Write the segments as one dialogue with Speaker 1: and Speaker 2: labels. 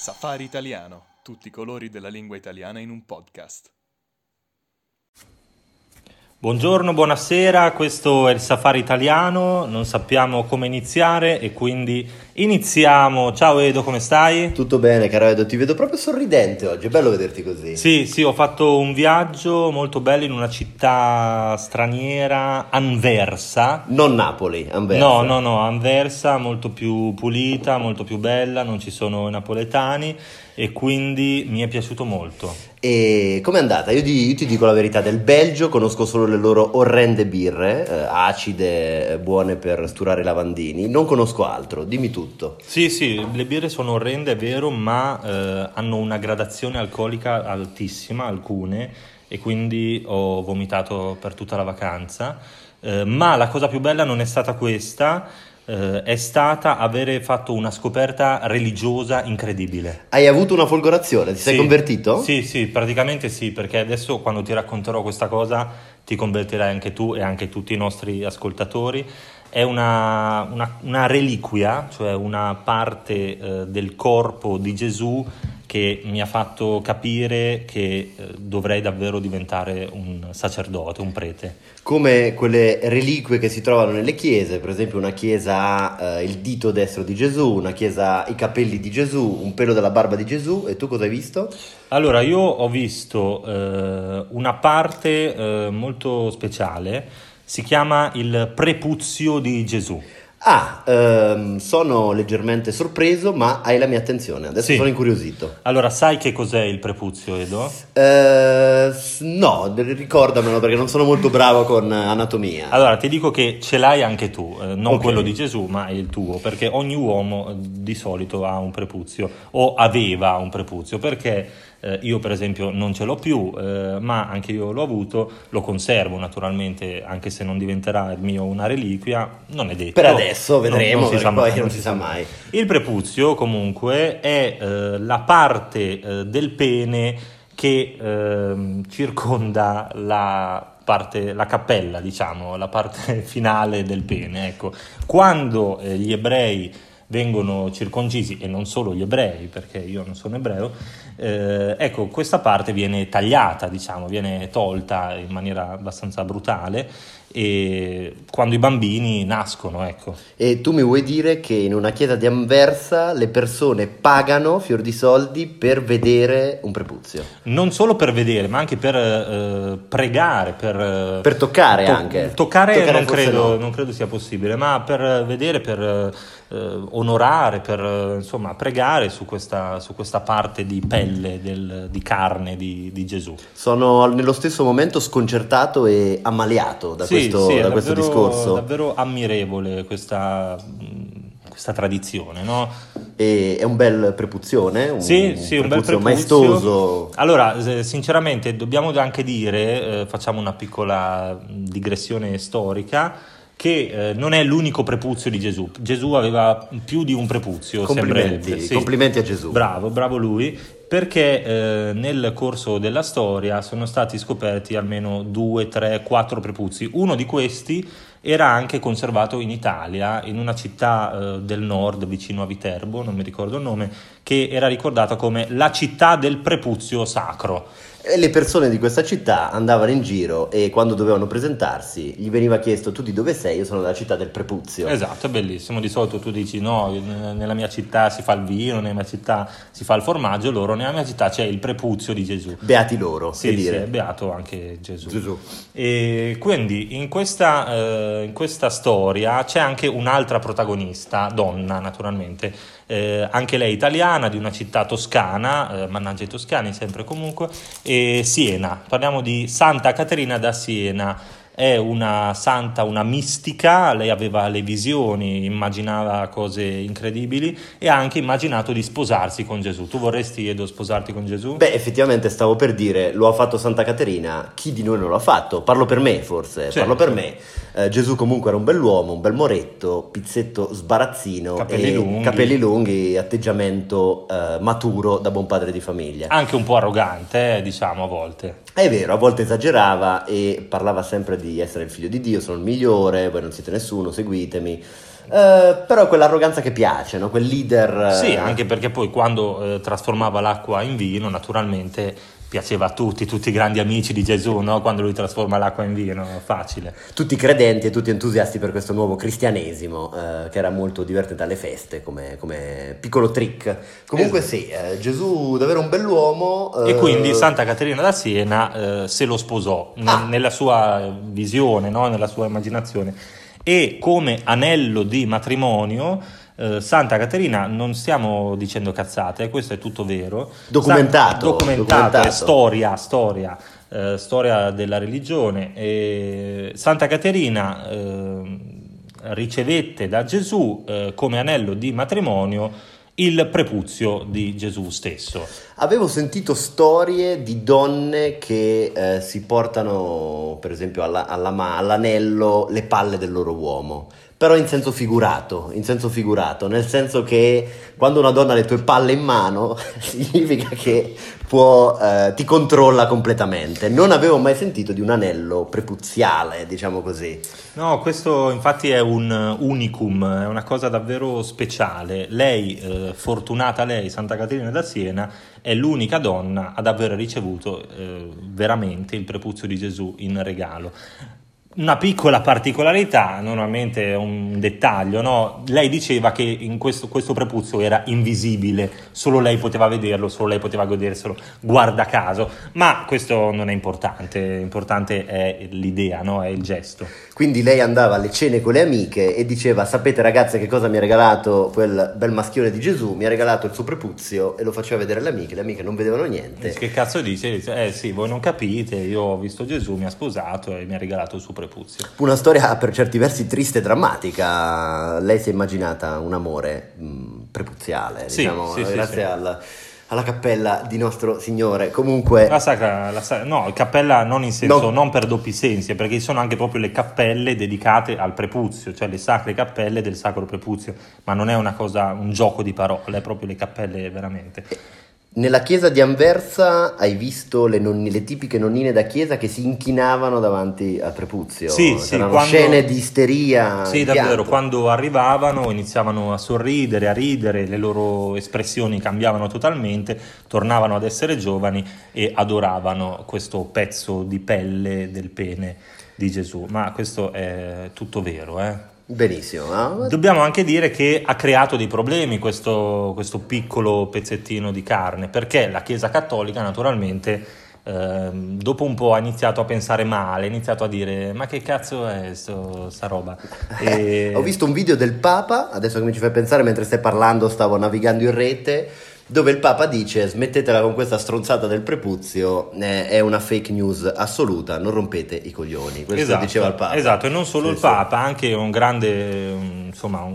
Speaker 1: Safari Italiano, tutti i colori della lingua italiana in un podcast.
Speaker 2: Buongiorno, buonasera, questo è il Safari Italiano, non sappiamo come iniziare e quindi iniziamo. Ciao Edo, come stai?
Speaker 3: Tutto bene, caro Edo, ti vedo proprio sorridente oggi, è bello vederti così.
Speaker 2: Sì, ho fatto un viaggio molto bello in una città straniera, Anversa.
Speaker 3: Non Napoli, Anversa.
Speaker 2: No, Anversa, molto più pulita, molto più bella, non ci sono napoletani e quindi mi è piaciuto molto.
Speaker 3: E com'è andata? Io ti dico la verità, del Belgio conosco solo le loro orrende birre, acide, buone per sturare i lavandini, non conosco altro, dimmi tutto.
Speaker 2: Sì, le birre sono orrende, è vero, ma hanno una gradazione alcolica altissima, alcune, e quindi ho vomitato per tutta la vacanza. Ma la cosa più bella non è stata questa, è stata avere fatto una scoperta religiosa incredibile.
Speaker 3: Hai avuto una folgorazione? Ti sei convertito?
Speaker 2: Sì, praticamente sì, perché adesso quando ti racconterò questa cosa ti convertirai anche tu e anche tutti i nostri ascoltatori. È una reliquia, cioè una parte del corpo di Gesù che mi ha fatto capire che dovrei davvero diventare un sacerdote, un prete.
Speaker 3: Come quelle reliquie che si trovano nelle chiese, per esempio una chiesa ha il dito destro di Gesù, una chiesa ha i capelli di Gesù, un pelo della barba di Gesù, e tu cosa hai visto?
Speaker 2: Allora, io ho visto una parte molto speciale, si chiama il prepuzio di Gesù.
Speaker 3: Sono leggermente sorpreso, ma hai la mia attenzione, adesso
Speaker 2: Sì.
Speaker 3: sono incuriosito.
Speaker 2: Allora, sai che cos'è il prepuzio, Edo?
Speaker 3: No, ricordamelo perché non sono molto bravo con anatomia.
Speaker 2: Allora, ti dico che ce l'hai anche tu, non
Speaker 3: Ok.
Speaker 2: quello di Gesù, ma il tuo, perché ogni uomo di solito ha un prepuzio, o aveva un prepuzio, perché io per esempio non ce l'ho più, ma anche io l'ho avuto, lo conservo naturalmente, anche se non diventerà il mio una reliquia, non è detto.
Speaker 3: Per adesso vedremo,
Speaker 2: non si sa mai,
Speaker 3: non si sa mai.
Speaker 2: Il prepuzio comunque è la parte del pene che circonda la cappella, diciamo, la parte finale del pene. Ecco, quando gli ebrei vengono circoncisi, e non solo gli ebrei, perché io non sono ebreo, ecco, questa parte viene tagliata, diciamo, viene tolta in maniera abbastanza brutale, e quando i bambini nascono, ecco.
Speaker 3: E tu mi vuoi dire che in una chiesa di Anversa le persone pagano fior di soldi per vedere un prepuzio?
Speaker 2: Non solo per vedere, ma anche per pregare,
Speaker 3: Per toccare anche?
Speaker 2: Toccare non
Speaker 3: forse
Speaker 2: credo,
Speaker 3: no.
Speaker 2: non credo sia possibile, ma per vedere, per onorare, per insomma pregare su questa parte di pelle, di carne di Gesù.
Speaker 3: Sono nello stesso momento sconcertato e ammaliato da
Speaker 2: Sì,
Speaker 3: questo
Speaker 2: è
Speaker 3: questo
Speaker 2: davvero,
Speaker 3: discorso.
Speaker 2: davvero ammirevole questa tradizione, no?
Speaker 3: E è un bel prepuzione, un
Speaker 2: Sì, un bel prepuzio
Speaker 3: maestoso.
Speaker 2: Allora, sinceramente dobbiamo anche dire, facciamo una piccola digressione storica, che non è l'unico prepuzio di Gesù. Gesù aveva più di un prepuzio.
Speaker 3: Complimenti,
Speaker 2: Sì.
Speaker 3: complimenti a Gesù.
Speaker 2: Bravo lui, perché nel corso della storia sono stati scoperti almeno 2, 3, 4 prepuzi. Uno di questi era anche conservato in Italia, in una città del nord vicino a Viterbo, non mi ricordo il nome, che era ricordata come la città del prepuzio sacro.
Speaker 3: E le persone di questa città andavano in giro e quando dovevano presentarsi gli veniva chiesto: tu di dove sei? Io sono della città del prepuzio.
Speaker 2: Esatto, è bellissimo. Di solito tu dici no, nella mia città si fa il vino, nella mia città si fa il formaggio, nella mia città c'è il prepuzio di Gesù.
Speaker 3: Beati loro, che
Speaker 2: Sì,
Speaker 3: dire.
Speaker 2: è beato anche Gesù.
Speaker 3: Gesù.
Speaker 2: E quindi in questa storia c'è anche un'altra protagonista, donna naturalmente, anche lei italiana, di una città toscana, mannaggia i toscani sempre e comunque, e Siena. Parliamo di Santa Caterina da Siena. È una santa, una mistica, lei aveva le visioni, immaginava cose incredibili e ha anche immaginato di sposarsi con Gesù. Tu vorresti, Edo, sposarti con Gesù?
Speaker 3: Beh, effettivamente stavo per dire, lo ha fatto Santa Caterina, chi di noi non l'ha fatto? Parlo per me forse,
Speaker 2: Certo.
Speaker 3: parlo per me. Gesù comunque era un bell'uomo, un bel moretto, pizzetto sbarazzino, capelli lunghi, atteggiamento maturo da buon padre di famiglia.
Speaker 2: Anche un po' arrogante, diciamo, a volte.
Speaker 3: È vero, a volte esagerava e parlava sempre di essere il figlio di Dio, sono il migliore, voi non siete nessuno, seguitemi. Però è quell'arroganza che piace, no? Quel leader.
Speaker 2: Sì, anche perché poi quando trasformava l'acqua in vino, naturalmente piaceva a tutti i grandi amici di Gesù, no? Quando lui trasforma l'acqua in vino, facile.
Speaker 3: Tutti credenti e tutti entusiasti per questo nuovo cristianesimo, che era molto divertente alle feste, come piccolo trick. Comunque sì, Gesù davvero un bell'uomo.
Speaker 2: E quindi Santa Caterina da Siena se lo sposò nella sua visione, no? Nella sua immaginazione. E come anello di matrimonio Santa Caterina, non stiamo dicendo cazzate, questo è tutto vero,
Speaker 3: documentato.
Speaker 2: è storia della religione. Santa Caterina ricevette da Gesù come anello di matrimonio il prepuzio di Gesù stesso.
Speaker 3: Avevo sentito storie di donne che si portano, per esempio, all'anello le palle del loro uomo, però in senso figurato, nel senso che quando una donna ha le tue palle in mano significa che ti controlla completamente. Non avevo mai sentito di un anello prepuziale, diciamo così.
Speaker 2: No, questo infatti è un unicum, è una cosa davvero speciale. Lei, fortunata lei, Santa Caterina da Siena, è l'unica donna ad aver ricevuto veramente il prepuzio di Gesù in regalo. Una piccola particolarità, normalmente è un dettaglio, no? Lei diceva che in questo prepuzio era invisibile, solo lei poteva vederlo, solo lei poteva goderselo, guarda caso, ma questo non è importante è l'idea, no? È il gesto.
Speaker 3: Quindi lei andava alle cene con le amiche e diceva: sapete ragazze che cosa mi ha regalato quel bel maschione di Gesù? Mi ha regalato il suo prepuzio, e lo faceva vedere alle amiche non vedevano niente.
Speaker 2: Che cazzo dice? Dice, sì, voi non capite, io ho visto Gesù, mi ha sposato e mi ha regalato il suo prepuzio.
Speaker 3: Una storia per certi versi triste e drammatica. Lei si è immaginata un amore prepuziale, diciamo, grazie alla cappella di Nostro Signore. Comunque
Speaker 2: no, cappella non in senso, non per doppi sensi, perché ci sono anche proprio le cappelle dedicate al prepuzio, cioè le sacre cappelle del sacro prepuzio, ma non è un gioco di parole, è proprio le cappelle veramente.
Speaker 3: Nella chiesa di Anversa hai visto le tipiche nonnine da chiesa che si inchinavano davanti al prepuzio. C'erano scene di isteria.
Speaker 2: Sì, davvero, quando arrivavano iniziavano a sorridere, a ridere, le loro espressioni cambiavano totalmente, tornavano ad essere giovani e adoravano questo pezzo di pelle del pene di Gesù. Ma questo è tutto vero,
Speaker 3: Benissimo.
Speaker 2: Dobbiamo anche dire che ha creato dei problemi questo piccolo pezzettino di carne, perché la Chiesa Cattolica naturalmente dopo un po' ha iniziato a pensare male, ha iniziato a dire: ma che cazzo è sta roba?
Speaker 3: Ho visto un video del Papa, adesso che mi ci fai pensare, mentre stai parlando stavo navigando in rete, dove il Papa dice: smettetela con questa stronzata del prepuzio, è una fake news assoluta, non rompete i coglioni. Questo diceva il Papa.
Speaker 2: Esatto, e non solo il Papa, anche un grande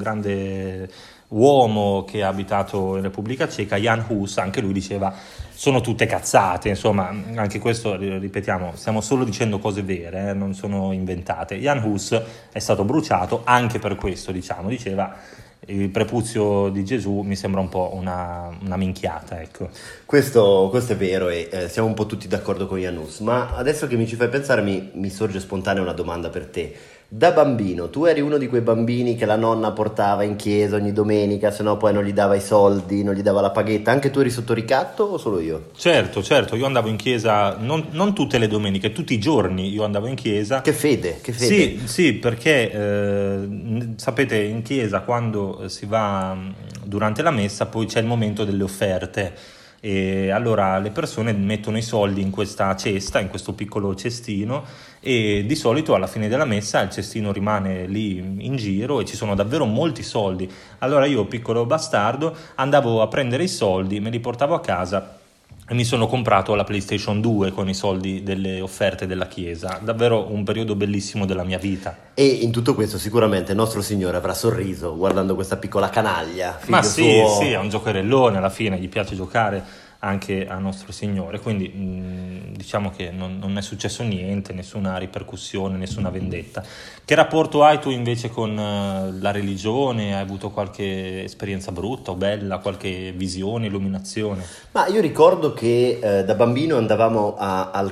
Speaker 2: uomo che ha abitato in Repubblica Ceca, Jan Hus, anche lui diceva: sono tutte cazzate, insomma, anche questo, ripetiamo, stiamo solo dicendo cose vere, non sono inventate. Jan Hus è stato bruciato anche per questo, diceva: il prepuzio di Gesù mi sembra un po' una minchiata, ecco.
Speaker 3: Questo è vero, e siamo un po' tutti d'accordo con Janus, ma adesso che mi ci fai pensare mi sorge spontanea una domanda per te. Da bambino, tu eri uno di quei bambini che la nonna portava in chiesa ogni domenica, se no poi non gli dava i soldi, non gli dava la paghetta, anche tu eri sotto ricatto o solo io?
Speaker 2: Certo, io andavo in chiesa non tutte le domeniche, tutti i giorni io andavo in chiesa.
Speaker 3: Che fede.
Speaker 2: Sì, perché sapete, in chiesa quando si va durante la messa poi c'è il momento delle offerte. E allora le persone mettono i soldi in questa cesta, in questo piccolo cestino, e di solito alla fine della messa il cestino rimane lì in giro e ci sono davvero molti soldi. Allora io, piccolo bastardo, andavo a prendere i soldi, me li portavo a casa e mi sono comprato la PlayStation 2 con i soldi delle offerte della chiesa. Davvero un periodo bellissimo della mia vita.
Speaker 3: E in tutto questo sicuramente Nostro Signore avrà sorriso guardando questa piccola canaglia.
Speaker 2: Ma sì, è un giocherellone, alla fine gli piace giocare anche a Nostro Signore, quindi diciamo che non è successo niente, nessuna ripercussione, nessuna vendetta. Che rapporto hai tu invece con la religione? Hai avuto qualche esperienza brutta o bella, qualche visione, illuminazione?
Speaker 3: Ma io ricordo che da bambino andavamo al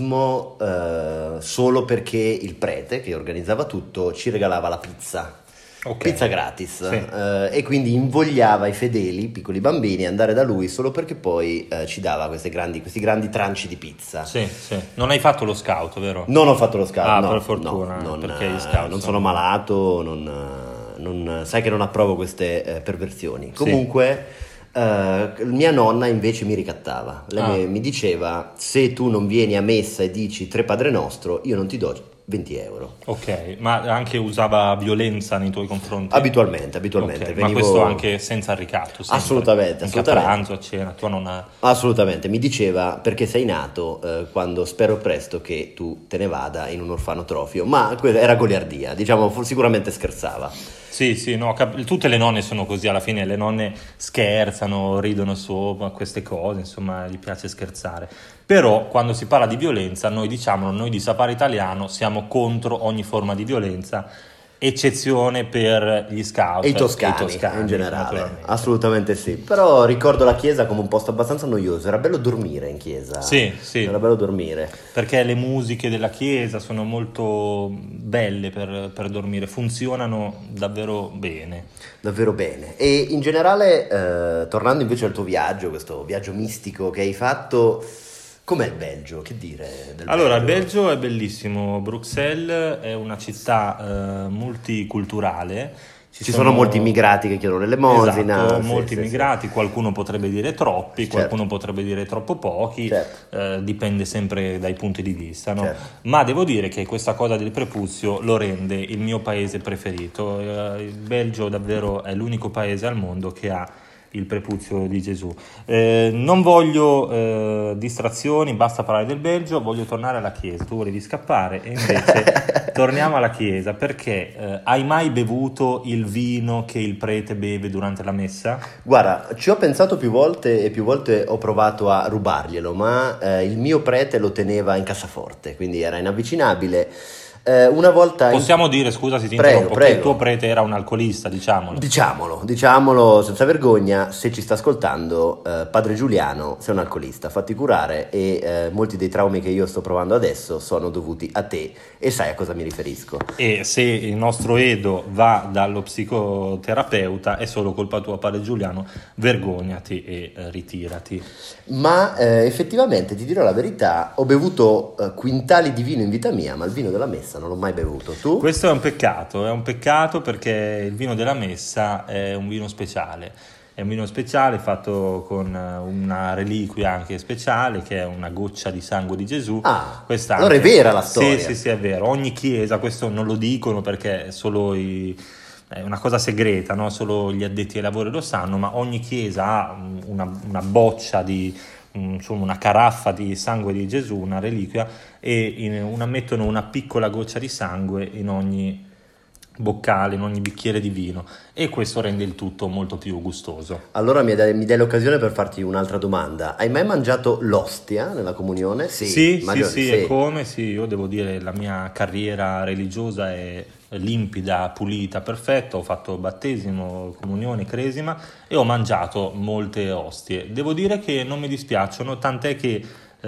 Speaker 3: catechismo solo perché il prete che organizzava tutto ci regalava la pizza.
Speaker 2: Ok.
Speaker 3: pizza gratis,
Speaker 2: Sì.
Speaker 3: e quindi invogliava i fedeli, i piccoli bambini, ad andare da lui solo perché poi ci dava questi grandi tranci di pizza.
Speaker 2: Sì, sì. Non hai fatto lo scout, vero?
Speaker 3: Non ho fatto lo scout,
Speaker 2: Ah,
Speaker 3: no,
Speaker 2: per fortuna,
Speaker 3: no,
Speaker 2: perché gli scout
Speaker 3: non
Speaker 2: sono-
Speaker 3: sono malato, sai che non approvo queste perversioni. Comunque, mia nonna invece mi ricattava. Lei mi diceva: se tu non vieni a messa e dici 3 Padre Nostro, io non ti do 20 euro.
Speaker 2: Ok, ma anche usava violenza nei tuoi confronti?
Speaker 3: Abitualmente.
Speaker 2: Ok, ma questo anche senza ricatto? Sempre.
Speaker 3: Assolutamente,
Speaker 2: Anche a pranzo, a cena, tua nonna...
Speaker 3: Assolutamente, mi diceva perché sei nato quando spero presto che tu te ne vada in un orfanotrofio, ma era goliardia, diciamo, sicuramente scherzava.
Speaker 2: Sì, no, tutte le nonne sono così, alla fine le nonne scherzano, ridono sopra queste cose, insomma, gli piace scherzare. Però quando si parla di violenza, noi diciamo, noi di Sapare Italiano siamo contro ogni forma di violenza, eccezione per gli scout
Speaker 3: E i toscani in generale,
Speaker 2: naturalmente.
Speaker 3: assolutamente sì. Però ricordo la chiesa come un posto abbastanza noioso, era bello dormire in chiesa.
Speaker 2: Sì.
Speaker 3: Era bello dormire.
Speaker 2: Perché le musiche della chiesa sono molto belle per dormire, funzionano davvero bene.
Speaker 3: Davvero bene. E in generale, tornando invece al tuo viaggio, questo viaggio mistico che hai fatto, com'è il Belgio? Che dire del
Speaker 2: Allora, il
Speaker 3: Belgio?
Speaker 2: Belgio è bellissimo, Bruxelles è una città multiculturale.
Speaker 3: Ci sono molti immigrati che chiedono l'elemosina.
Speaker 2: Esatto,
Speaker 3: Sì,
Speaker 2: molti
Speaker 3: sì,
Speaker 2: immigrati, qualcuno potrebbe dire troppi,
Speaker 3: Certo.
Speaker 2: qualcuno potrebbe dire troppo pochi,
Speaker 3: Certo.
Speaker 2: dipende sempre dai punti di vista, no?
Speaker 3: Certo.
Speaker 2: Ma devo dire che questa cosa del prepuzio lo rende il mio paese preferito. Il Belgio davvero è l'unico paese al mondo che ha il prepuzio di Gesù. Non voglio distrazioni, basta parlare del Belgio, voglio tornare alla chiesa. Tu volevi scappare e invece torniamo alla chiesa, perché hai mai bevuto il vino che il prete beve durante la messa?
Speaker 3: Guarda, ci ho pensato più volte e più volte ho provato a rubarglielo, ma il mio prete lo teneva in cassaforte, quindi era inavvicinabile. Una volta...
Speaker 2: Possiamo dire, scusa se ti
Speaker 3: Prego,
Speaker 2: interrompo, che
Speaker 3: prego.
Speaker 2: il tuo prete era un alcolista, diciamolo.
Speaker 3: Diciamolo senza vergogna, se ci sta ascoltando, padre Giuliano, sei un alcolista, fatti curare e molti dei traumi che io sto provando adesso sono dovuti a te e sai a cosa mi riferisco.
Speaker 2: E se il nostro Edo va dallo psicoterapeuta è solo colpa tua, padre Giuliano, vergognati e ritirati.
Speaker 3: Ma effettivamente ti dirò la verità, ho bevuto quintali di vino in vita mia, ma il vino della messa non l'ho mai bevuto. Tu?
Speaker 2: Questo è un peccato perché il vino della messa è un vino speciale. È un vino speciale fatto con una reliquia anche speciale, che è una goccia di sangue di Gesù.
Speaker 3: Ah,
Speaker 2: Questa
Speaker 3: allora è vera la storia.
Speaker 2: Sì, è vero. Ogni chiesa, questo non lo dicono perché è solo è una cosa segreta, no? Solo gli addetti ai lavori lo sanno, ma ogni chiesa ha una boccia insomma una caraffa di sangue di Gesù, una reliquia, e mettono una piccola goccia di sangue in ogni boccale, in ogni bicchiere di vino, e questo rende il tutto molto più gustoso.
Speaker 3: Allora mi dai l'occasione per farti un'altra domanda. Hai mai mangiato l'ostia nella comunione?
Speaker 2: Sì, e come? Sì, io devo dire la mia carriera religiosa è limpida, pulita, perfetta. Ho fatto battesimo, comunione, cresima e ho mangiato molte ostie. Devo dire che non mi dispiacciono, tant'è che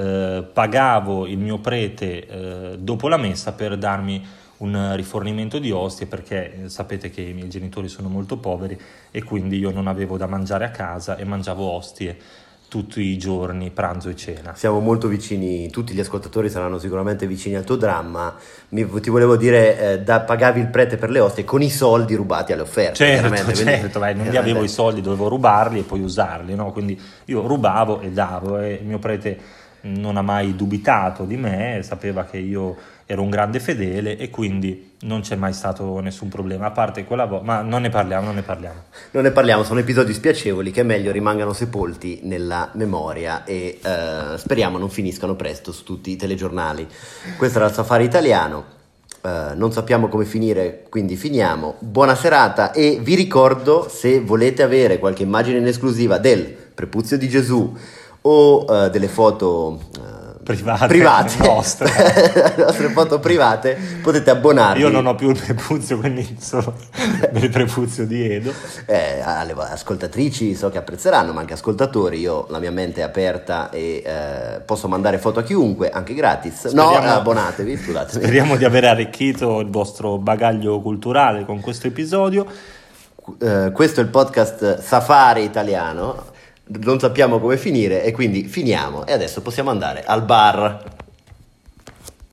Speaker 2: pagavo il mio prete dopo la messa per darmi un rifornimento di ostie, perché sapete che i miei genitori sono molto poveri e quindi io non avevo da mangiare a casa e mangiavo ostie tutti i giorni, pranzo e cena.
Speaker 3: Siamo molto vicini, tutti gli ascoltatori saranno sicuramente vicini al tuo dramma. Ti volevo dire, pagavi il prete per le ostie con i soldi rubati alle offerte.
Speaker 2: Certo, non li avevo i soldi, dovevo rubarli e poi usarli, no? Quindi io rubavo e davo, e il mio prete non ha mai dubitato di me, sapeva che io ero un grande fedele e quindi non c'è mai stato nessun problema, a parte quella volta, ma non ne parliamo.
Speaker 3: Non ne parliamo, sono episodi spiacevoli che è meglio rimangano sepolti nella memoria e speriamo non finiscano presto su tutti i telegiornali. Questo era il Safari Italiano, non sappiamo come finire, quindi finiamo. Buona serata e vi ricordo, se volete avere qualche immagine in esclusiva del prepuzio di Gesù o delle foto
Speaker 2: private nostre.
Speaker 3: Le nostre foto private, potete abbonarvi.
Speaker 2: Io non ho più il prepuzio, quindi solo il prepuzio di Edo.
Speaker 3: Alle ascoltatrici so che apprezzeranno, ma anche ascoltatori, io la mia mente è aperta e posso mandare foto a chiunque, anche gratis. Abbonatevi, scusatemi.
Speaker 2: Speriamo di aver arricchito il vostro bagaglio culturale con questo episodio.
Speaker 3: Questo è il podcast Safari italiano, non sappiamo come finire e quindi finiamo e adesso possiamo andare al bar.